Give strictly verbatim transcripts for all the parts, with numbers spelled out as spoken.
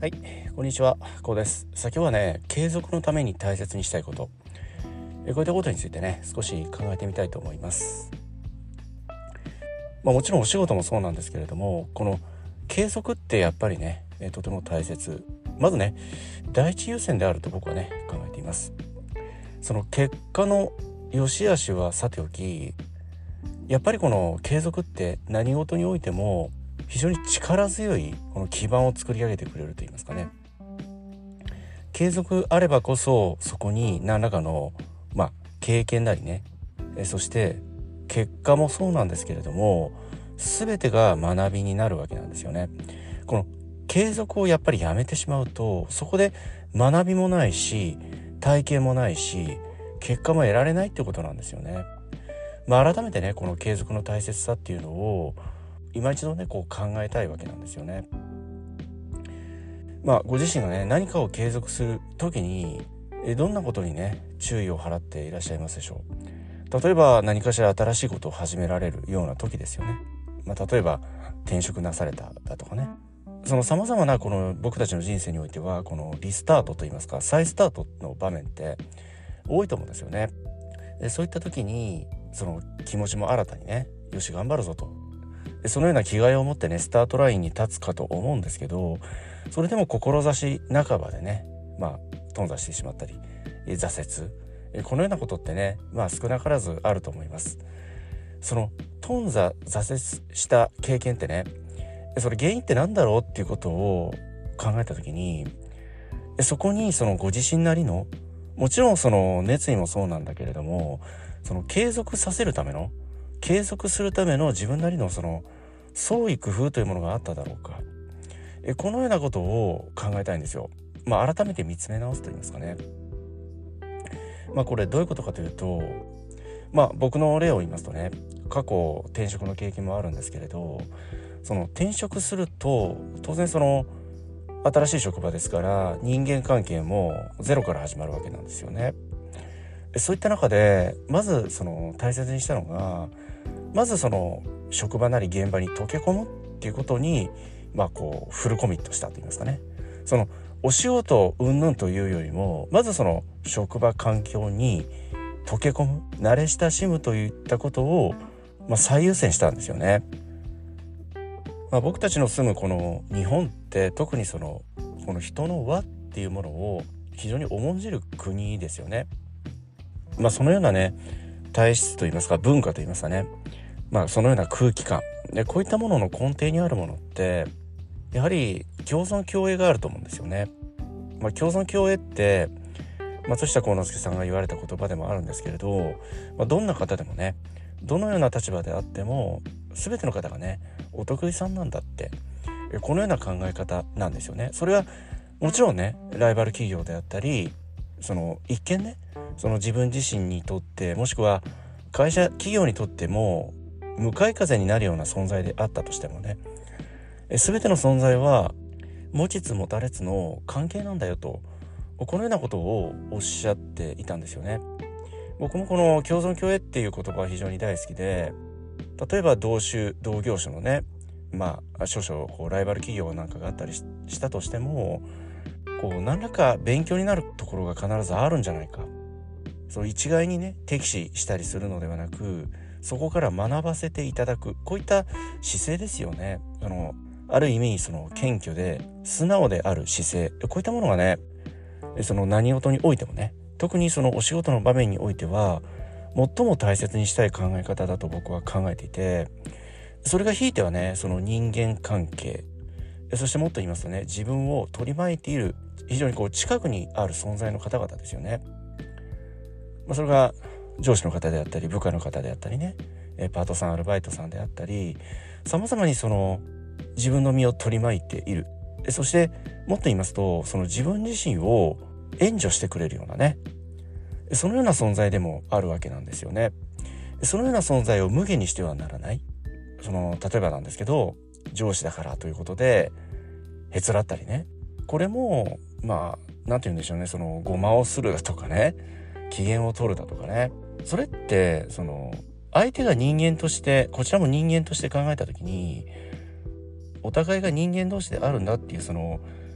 はい、こんにちは、こうです。さあ今日はね、継続のために大切にしたいこと、えこういったことについてね、少し考えてみたいと思います。まあ、もちろんお仕事もそうなんですけれども、この継続ってやっぱりね、えとても大切。まずね、第一優先であると僕はね、考えています。その結果の良し悪しはさておき、やっぱりこの継続って何事においても非常に力強いこの基盤を作り上げてくれると言いますかね。継続あればこそそこに何らかの、まあ、経験なりね、えそして結果もそうなんですけれども、全てが学びになるわけなんですよね。この継続をやっぱりやめてしまうと、そこで学びもないし体験もないし結果も得られないってことなんですよね。まあ、改めてね、この継続の大切さっていうのを今一度ねこう考えたいわけなんですよね。まあご自身がね何かを継続する時にえどんなことにね注意を払っていらっしゃいますでしょう。例えば何かしら新しいことを始められるような時ですよね。まあ、例えば転職なされただとかね、その様々なこの僕たちの人生においてはこのリスタートといいますか再スタートの場面って多いと思うんですよね。でそういった時にその気持ちも新たにね、よし頑張るぞと、でそのような気概を持ってねスタートラインに立つかと思うんですけど、それでも志半ばでね、まあ頓挫してしまったり挫折、このようなことってね、まあ少なからずあると思います。その頓挫挫折した経験ってね、それ原因って何だろうっていうことを考えた時に、そこにそのご自身なりの、もちろんその熱意もそうなんだけれども、その継続させるための継続するための自分なりのその創意工夫というものがあっただろうか。えこのようなことを考えたいんですよ。まあ改めて見つめ直すと言いますかね。まあこれどういうことかというと、まあ僕の例を言いますとね、過去転職の経験もあるんですけれど、その転職すると当然その新しい職場ですから人間関係もゼロから始まるわけなんですよね。そういった中でまずその大切にしたのが、まずその職場なり現場に溶け込むっていうことに、まあこうフルコミットしたと言いますかね。そのお仕事云々というよりも、まずその職場環境に溶け込む、慣れ親しむといったことを、まあ、最優先したんですよね。まあ、僕たちの住むこの日本って特にそのこの人の輪っていうものを非常に重んじる国ですよね。まあそのようなね体質といいますか文化といいますかね、まあそのような空気感で、こういったものの根底にあるものってやはり共存共栄があると思うんですよね。まあ、共存共栄って松下幸之助さんが言われた言葉でもあるんですけれど、まあ、どんな方でもね、どのような立場であっても全ての方がねお得意さんなんだって、このような考え方なんですよね。それはもちろんねライバル企業であったり、その一見ねその自分自身にとってもしくは会社企業にとっても向かい風になるような存在であったとしてもね、全ての存在は持ちつ持たれつの関係なんだよと、このようなことをおっしゃっていたんですよね。僕もこの共存共栄っていう言葉は非常に大好きで、例えば同種同業種のね、まあ少々こうライバル企業なんかがあったりしたとしても、こう何らか勉強になるところが必ずあるんじゃないか、そう一概にね敵視したりするのではなく、そこから学ばせていただく、こういった姿勢ですよね。あのある意味その謙虚で素直である姿勢、こういったものがね、その何事においてもね、特にそのお仕事の場面においては最も大切にしたい考え方だと僕は考えていて、それがひいてはねその人間関係、そしてもっと言いますとね、自分を取り巻いている非常にこう近くにある存在の方々ですよね。まあ、それが上司の方であったり部下の方であったりね、パートさんアルバイトさんであったり、様々にその自分の身を取り巻いている、そしてもっと言いますとその自分自身を援助してくれるようなね、そのような存在でもあるわけなんですよね。そのような存在を無下にしてはならない。その例えばなんですけど、上司だからということでへつらったりね、これもまあなんて言うんでしょうね、そのごまをするだとかね、機嫌を取るだとかね、それってその相手が人間としてこちらも人間として考えた時に、お互いが人間同士であるんだっていうその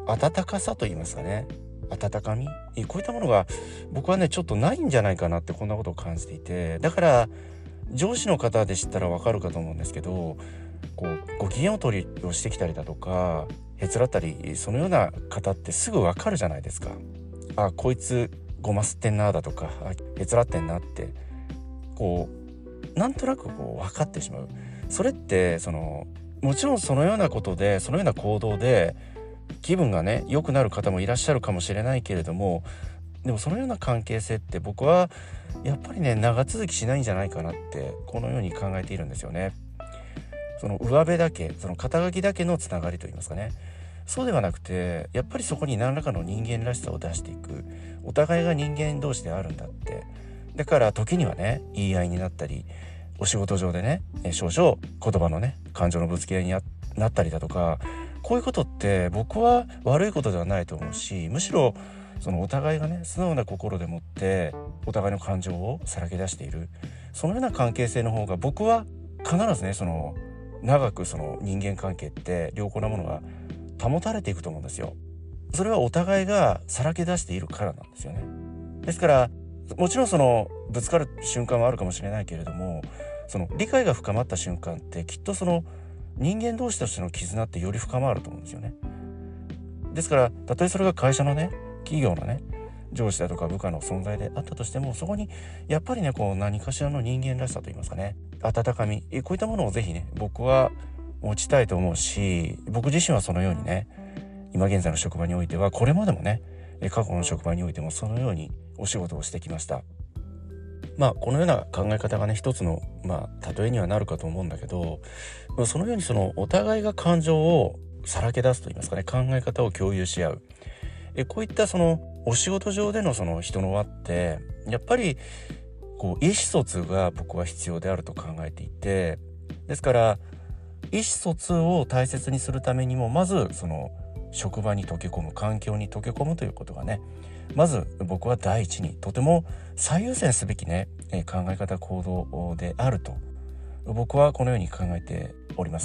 温かさといいますかね、温かみ、こういったものが僕はねちょっとないんじゃないかなって、こんなことを感じていて、だから上司の方でしたらわかるかと思うんですけど、こうご機嫌を取りをしてきたりだとか、へつらったり、そのような方ってすぐわかるじゃないですか。あ、こいつごますってんなだとか、あ、へつらってんなって、こうなんとなくこう分かってしまう。それってそのもちろんそのようなことで、そのような行動で気分がね良くなる方もいらっしゃるかもしれないけれども、でもそのような関係性って僕はやっぱりね長続きしないんじゃないかなって、このように考えているんですよね。その上辺だけ、その肩書きだけのつながりといいますかね、そうではなくて、やっぱりそこに何らかの人間らしさを出していく、お互いが人間同士であるんだって。だから時にはね言い合いになったり、お仕事上でね少々言葉のね感情のぶつけ合いになったりだとか、こういうことって僕は悪いことではないと思うし、むしろそのお互いがね素直な心でもってお互いの感情をさらけ出している、そのような関係性の方が僕は必ずね、その長くその人間関係って良好なものが保たれていくと思うんですよ。それはお互いがさらけ出しているからなんですよね。ですからもちろんそのぶつかる瞬間はあるかもしれないけれども、その理解が深まった瞬間ってきっとその人間同士としての絆ってより深まると思うんですよね。ですからたとえそれが会社のね、企業のね上司だとか部下の存在であったとしても、そこにやっぱりねこう何かしらの人間らしさといいますかね、温かみ、こういったものをぜひね僕は持ちたいと思うし、僕自身はそのようにね今現在の職場においては、これまでもね過去の職場においてもそのようにお仕事をしてきました。まあこのような考え方がね一つのまあ例えにはなるかと思うんだけど、そのようにそのお互いが感情をさらけ出すといいますかね、考え方を共有し合う、えこういったそのお仕事上でのその人の輪ってやっぱりこう意思疎通が僕は必要であると考えていて、ですから意思疎通を大切にするためにも、まずその職場に溶け込む、環境に溶け込むということがね、まず僕は第一にとても最優先すべきね考え方、行動であると僕はこのように考えております。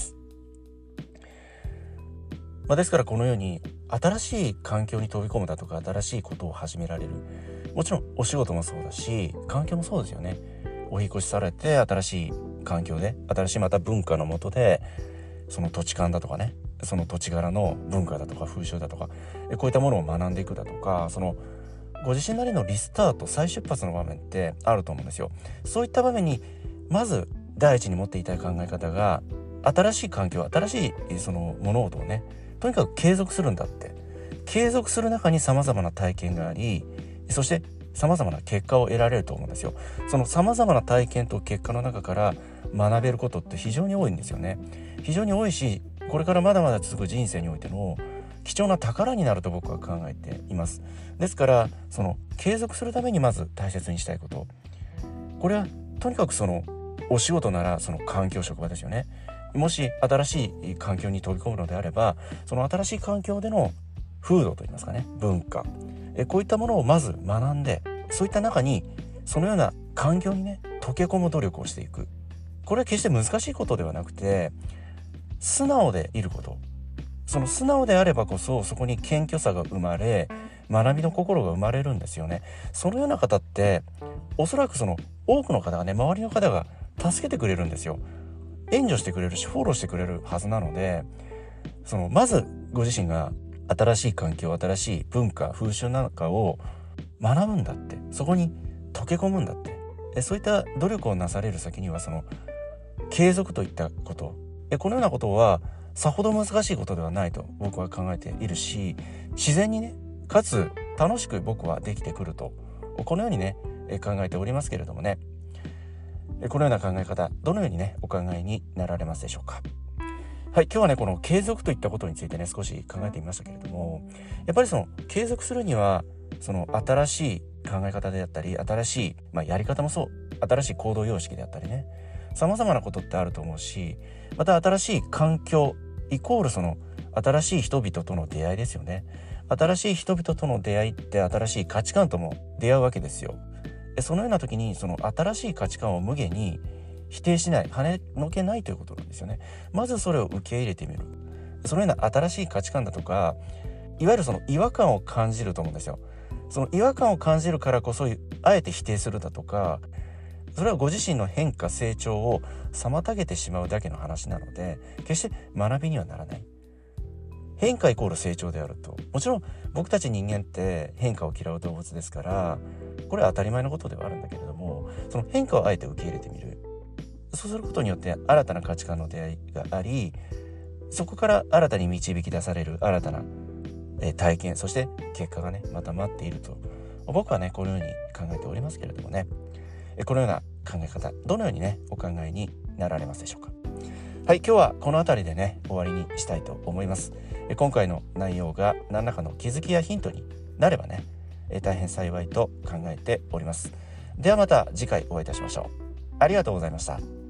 まあ、ですからこのように新しい環境に飛び込むだとか、新しいことを始められる、もちろんお仕事もそうだし環境もそうですよね。お引越しされて新しい環境で、新しいまた文化の下で、その土地勘だとかね、その土地柄の文化だとか風習だとか、こういったものを学んでいくだとか、そのご自身なりのリスタート、再出発の場面ってあると思うんですよ。そういった場面にまず第一に持っていたい考え方が、新しい環境、新しいその物事をねとにかく継続するんだって。継続する中に様々な体験があり、そして様々な結果を得られると思うんですよ。その様々な体験と結果の中から学べることって非常に多いんですよね。非常に多いし、これからまだまだ続く人生においての貴重な宝になると僕は考えています。ですからその継続するためにまず大切にしたいこと、これはとにかくそのお仕事ならその環境、職場ですよね。もし新しい環境に飛び込むのであれば、その新しい環境での風土といいますかね、文化、えこういったものをまず学んで、そういった中にそのような環境にね溶け込む努力をしていく。これは決して難しいことではなくて、素直でいること、その素直であればこそそこに謙虚さが生まれ、学びの心が生まれるんですよね。そのような方っておそらくその多くの方がね、周りの方が助けてくれるんですよ。援助してくれるしフォローしてくれるはずなので、そのまずご自身が新しい環境、新しい文化、風習なんかを学ぶんだって、そこに溶け込むんだって、えそういった努力をなされる先にはその継続といったこと、えこのようなことはさほど難しいことではないと僕は考えているし、自然にねかつ楽しく僕はできてくると、このようにね考えておりますけれどもね、このような考え方どのようにねお考えになられますでしょうか。はい、今日はねこの継続といったことについてね少し考えてみましたけれども、やっぱりその継続するにはその新しい考え方であったり、新しい、まあ、やり方もそう、新しい行動様式であったりね、様々なことってあると思うし、また新しい環境イコールその新しい人々との出会いですよね。新しい人々との出会いって新しい価値観とも出会うわけですよ。そのような時にその新しい価値観を無下に否定しない、跳ねのけないということなんですよね。まずそれを受け入れてみる。そのような新しい価値観だとかいわゆるその違和感を感じると思うんですよ。その違和感を感じるからこそあえて否定するだとか、それはご自身の変化成長を妨げてしまうだけの話なので、決して学びにはならない。変化イコール成長であると。もちろん僕たち人間って変化を嫌う動物ですから、これは当たり前のことではあるんだけれども、その変化をあえて受け入れてみる。そうすることによって新たな価値観の出会いがあり、そこから新たに導き出される新たな体験、そして結果がねまた待っていると僕はねこのように考えておりますけれどもね、このような考え方どのようにねお考えになられますでしょうか。はい、今日はこの辺りでね終わりにしたいと思います。今回の内容が何らかの気づきやヒントになればね大変幸いと考えております。ではまた次回お会いいたしましょう。ありがとうございました。